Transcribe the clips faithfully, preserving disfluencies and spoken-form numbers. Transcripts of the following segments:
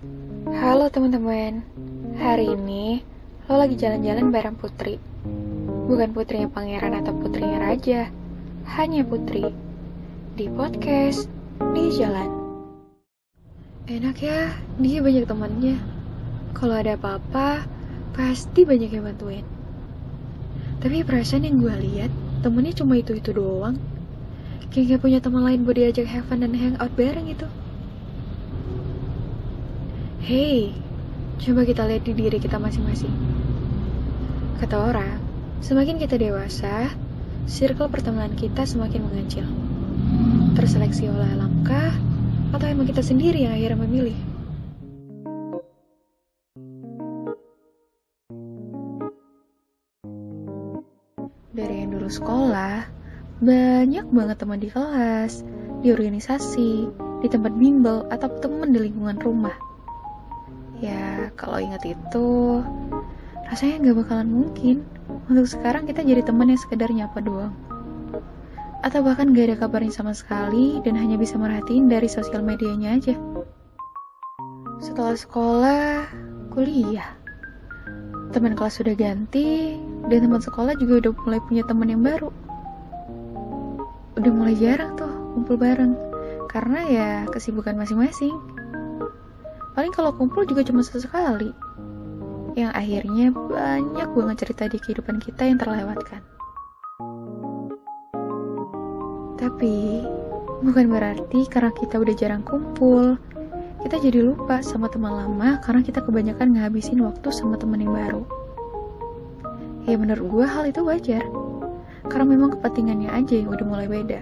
Halo teman-teman, hari ini lo lagi jalan-jalan bareng Putri. Bukan putrinya pangeran atau putrinya raja, hanya Putri. Di podcast, di jalan. Enak ya, dia banyak temannya. Kalau ada apa-apa, pasti banyak yang bantuin. Tapi perasaan yang gue lihat, temennya cuma itu-itu doang. Kayak gak punya teman lain buat diajak have fun dan hangout bareng itu. Hey, coba kita lihat di diri kita masing-masing. Kata orang, semakin kita dewasa, circle pertemanan kita semakin mengecil. Terseleksi oleh alam kah, atau emang kita sendiri yang akhirnya memilih? Dari yang dulu sekolah, banyak banget teman di kelas, di organisasi, di tempat bimbel, atau teman di lingkungan rumah. Ya, kalau ingat itu, rasanya gak bakalan mungkin untuk sekarang kita jadi teman yang sekedar nyapa doang. Atau bahkan gak ada kabarnya sama sekali dan hanya bisa merhatiin dari sosial medianya aja. Setelah sekolah, kuliah. Teman kelas sudah ganti, dan teman sekolah juga udah mulai punya teman yang baru. Udah mulai jarang tuh kumpul bareng, karena ya kesibukan masing-masing. Paling kalau kumpul juga cuma sesekali, yang akhirnya banyak banget cerita di kehidupan kita yang terlewatkan. Tapi, bukan berarti karena kita udah jarang kumpul, kita jadi lupa sama teman lama karena kita kebanyakan ngehabisin waktu sama teman yang baru. Ya menurut gue hal itu wajar, karena memang kepentingannya aja yang udah mulai beda.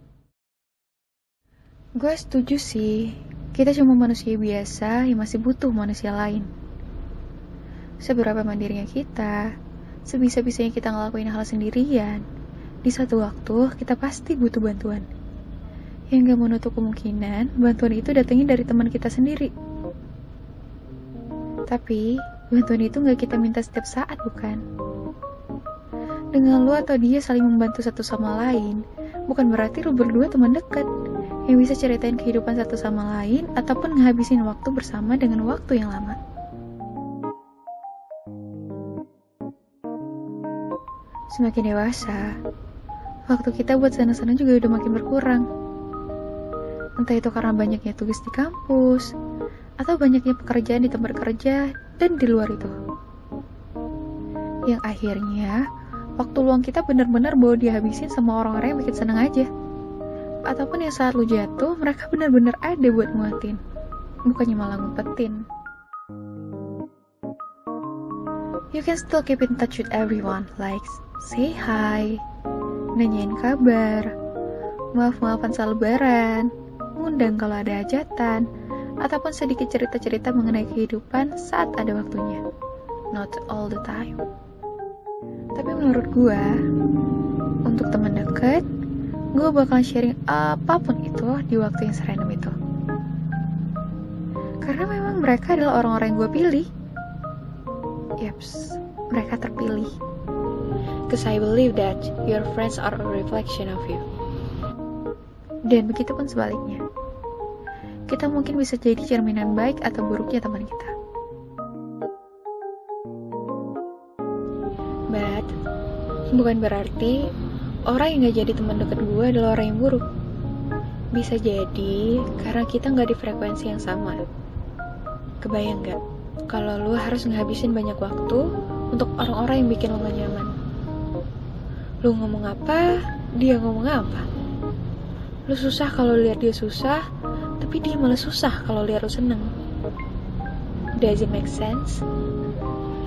Gue setuju sih, kita cuma manusia biasa yang masih butuh manusia lain. Seberapa mandirinya kita, sebisa-bisanya kita ngelakuin hal sendirian, di satu waktu kita pasti butuh bantuan. Yang gak menutup kemungkinan bantuan itu datangnya dari teman kita sendiri. Tapi, bantuan itu gak kita minta setiap saat, bukan? Dengan lu atau dia saling membantu satu sama lain, bukan berarti lu berdua teman dekat yang bisa ceritain kehidupan satu sama lain ataupun ngehabisin waktu bersama dengan waktu yang lama. Semakin dewasa, waktu kita buat senang-senang juga udah makin berkurang. Entah itu karena banyaknya tugas di kampus, atau banyaknya pekerjaan di tempat kerja dan di luar itu. Yang akhirnya, waktu luang kita benar-benar bawa dihabisin sama orang-orang yang bikin senang aja. Ataupun yang saat lu jatuh, mereka benar-benar ada buat nguatin, bukannya malah ngumpetin. You can still keep in touch with everyone, like say hi, nanyain kabar, maaf-maafan saat lebaran, ngundang kalau ada hajatan, ataupun sedikit cerita-cerita mengenai kehidupan saat ada waktunya. Not all the time. Tapi menurut gue, untuk teman dekat, gue bakal sharing apapun itu di waktu yang serandom itu. Karena memang mereka adalah orang-orang yang gue pilih. Yaps, mereka terpilih. Cause I believe that your friends are a reflection of you. Dan begitu pun sebaliknya. Kita mungkin bisa jadi cerminan baik atau buruknya teman kita. But, bukan berarti orang yang gak jadi teman dekat gue adalah orang yang buruk. Bisa jadi karena kita gak di frekuensi yang sama. Kebayang gak? Kalau lu harus ngehabisin banyak waktu untuk orang-orang yang bikin lu gak nyaman. Lu ngomong apa, dia ngomong apa. Lu susah kalau lihat dia susah, tapi dia malah susah kalau lihat lu seneng. Does it make sense?